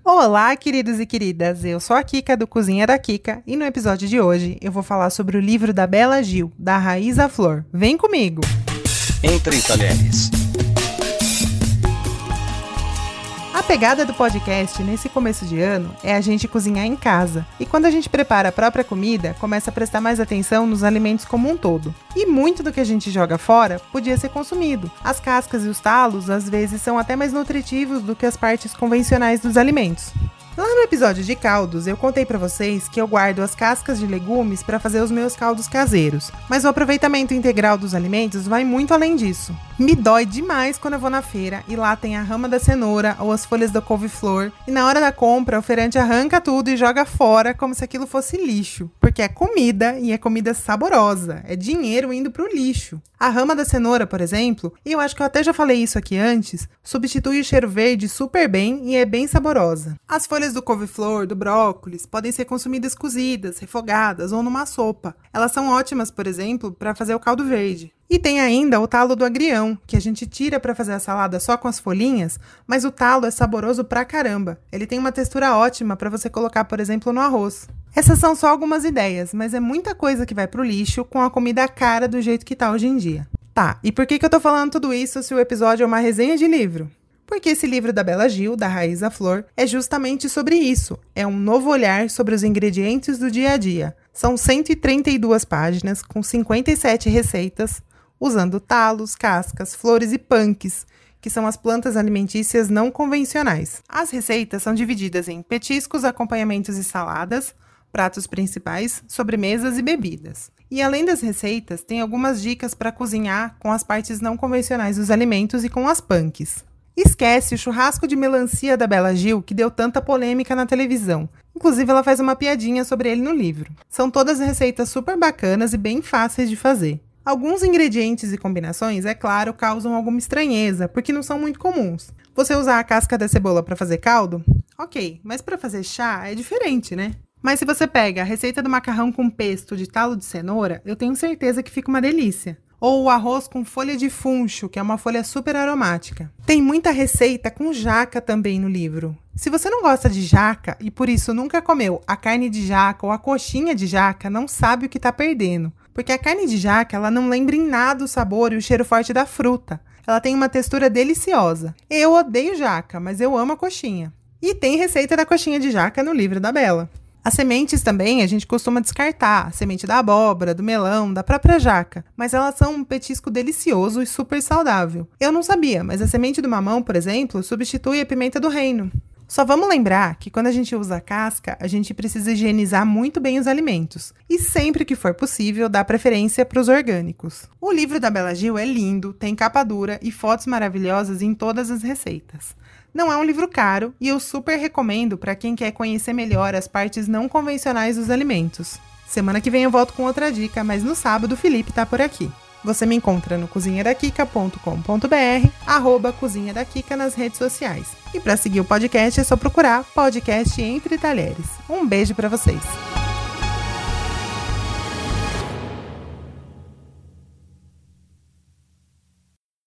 Olá, queridos e queridas, eu sou a Kika do Cozinha da Kika e no episódio de hoje eu vou falar sobre o livro da Bela Gil, Da Raiz à Flor. Vem comigo! Entre Talheres. A pegada do podcast nesse começo de ano é a gente cozinhar em casa. E quando a gente prepara a própria comida, começa a prestar mais atenção nos alimentos como um todo. E muito do que a gente joga fora podia ser consumido. As cascas e os talos, às vezes, são até mais nutritivos do que as partes convencionais dos alimentos. Lá no episódio de caldos, eu contei pra vocês que eu guardo as cascas de legumes para fazer os meus caldos caseiros, mas o aproveitamento integral dos alimentos vai muito além disso. Me dói demais quando eu vou na feira e lá tem a rama da cenoura ou as folhas da couve-flor e na hora da compra o feirante arranca tudo e joga fora como se aquilo fosse lixo, porque é comida e é comida saborosa, é dinheiro indo pro lixo. A rama da cenoura, por exemplo, e eu acho que eu até já falei isso aqui antes, substitui o cheiro verde super bem e é bem saborosa. As folhas do couve-flor, do brócolis, podem ser consumidas cozidas, refogadas ou numa sopa. Elas são ótimas, por exemplo, para fazer o caldo verde. E tem ainda o talo do agrião, que a gente tira para fazer a salada só com as folhinhas, mas o talo é saboroso pra caramba. Ele tem uma textura ótima para você colocar, por exemplo, no arroz. Essas são só algumas ideias, mas é muita coisa que vai pro lixo com a comida cara do jeito que tá hoje em dia. Tá, e por que eu tô falando tudo isso se o episódio é uma resenha de livro? Porque esse livro da Bela Gil, Da Raiz à Flor, é justamente sobre isso. É um novo olhar sobre os ingredientes do dia a dia. São 132 páginas, com 57 receitas, usando talos, cascas, flores e punks, que são as plantas alimentícias não convencionais. As receitas são divididas em petiscos, acompanhamentos e saladas, pratos principais, sobremesas e bebidas. E além das receitas, tem algumas dicas para cozinhar com as partes não convencionais dos alimentos e com as punks. Esquece o churrasco de melancia da Bela Gil, que deu tanta polêmica na televisão. Inclusive, ela faz uma piadinha sobre ele no livro. São todas receitas super bacanas e bem fáceis de fazer. Alguns ingredientes e combinações, é claro, causam alguma estranheza, porque não são muito comuns. Você usar a casca da cebola para fazer caldo? Ok, mas para fazer chá é diferente, né? Mas se você pega a receita do macarrão com pesto de talo de cenoura, eu tenho certeza que fica uma delícia. Ou o arroz com folha de funcho, que é uma folha super aromática. Tem muita receita com jaca também no livro. Se você não gosta de jaca e por isso nunca comeu a carne de jaca ou a coxinha de jaca, não sabe o que está perdendo. Porque a carne de jaca, ela não lembra em nada o sabor e o cheiro forte da fruta. Ela tem uma textura deliciosa. Eu odeio jaca, mas eu amo a coxinha. E tem receita da coxinha de jaca no livro da Bela. As sementes também a gente costuma descartar, a semente da abóbora, do melão, da própria jaca, mas elas são um petisco delicioso e super saudável. Eu não sabia, mas a semente do mamão, por exemplo, substitui a pimenta do reino. Só vamos lembrar que quando a gente usa a casca, a gente precisa higienizar muito bem os alimentos. E sempre que for possível, dar preferência para os orgânicos. O livro da Bela Gil é lindo, tem capa dura e fotos maravilhosas em todas as receitas. Não é um livro caro e eu super recomendo para quem quer conhecer melhor as partes não convencionais dos alimentos. Semana que vem eu volto com outra dica, mas no sábado o Felipe tá por aqui. Você me encontra no cozinhadakika.com.br, @Cozinha da Kika nas redes sociais. E para seguir o podcast é só procurar Podcast Entre Talheres. Um beijo para vocês!